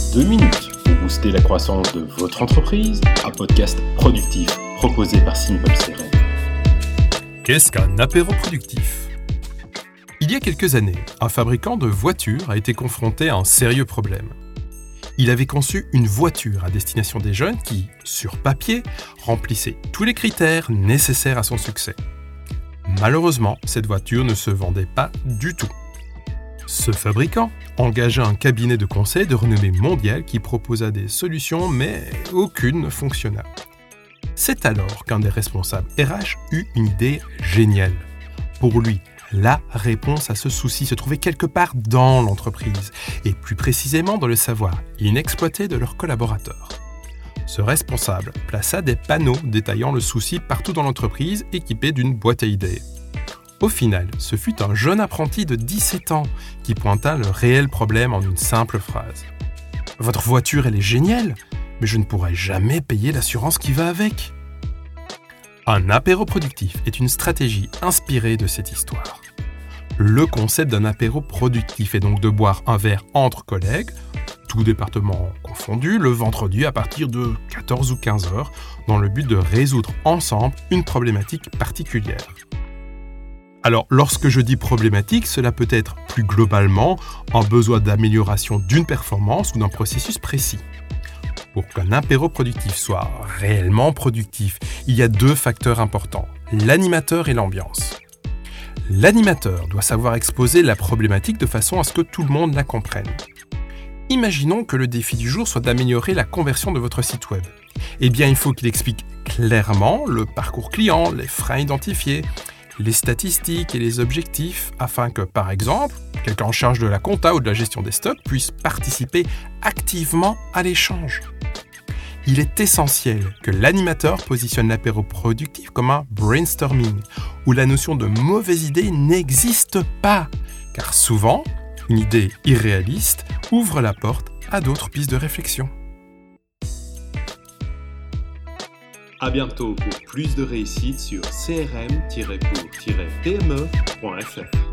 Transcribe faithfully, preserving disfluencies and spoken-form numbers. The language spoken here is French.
deux minutes pour booster la croissance de votre entreprise, un podcast productif proposé par Simple C R M. Qu'est-ce qu'un apéro productif ? Il y a quelques années, un fabricant de voitures a été confronté à un sérieux problème. Il avait conçu une voiture à destination des jeunes qui, sur papier, remplissait tous les critères nécessaires à son succès. Malheureusement, cette voiture ne se vendait pas du tout. Ce fabricant engagea un cabinet de conseil de renommée mondiale qui proposa des solutions, mais aucune ne fonctionna. C'est alors qu'un des responsables R H eut une idée géniale. Pour lui, la réponse à ce souci se trouvait quelque part dans l'entreprise, et plus précisément dans le savoir inexploité de leurs collaborateurs. Ce responsable plaça des panneaux détaillant le souci partout dans l'entreprise, équipés d'une boîte à idées. Au final, ce fut un jeune apprenti de dix-sept ans qui pointa le réel problème en une simple phrase. « Votre voiture, elle est géniale, mais je ne pourrai jamais payer l'assurance qui va avec. » Un apéro productif est une stratégie inspirée de cette histoire. Le concept d'un apéro productif est donc de boire un verre entre collègues, tout département confondu, le vendredi à partir de quatorze ou quinze heures, dans le but de résoudre ensemble une problématique particulière. Alors, lorsque je dis problématique, cela peut être plus globalement un besoin d'amélioration d'une performance ou d'un processus précis. Pour qu'un apéro productif soit réellement productif, il y a deux facteurs importants, l'animateur et l'ambiance. L'animateur doit savoir exposer la problématique de façon à ce que tout le monde la comprenne. Imaginons que le défi du jour soit d'améliorer la conversion de votre site web. Eh bien, il faut qu'il explique clairement le parcours client, les freins identifiés, les statistiques et les objectifs, afin que, par exemple, quelqu'un en charge de la compta ou de la gestion des stocks puisse participer activement à l'échange. Il est essentiel que l'animateur positionne l'apéro productif comme un brainstorming, où la notion de mauvaise idée n'existe pas, car souvent, une idée irréaliste ouvre la porte à d'autres pistes de réflexion. À bientôt pour plus de réussite sur c r m tiret pour tiret p m e point f r.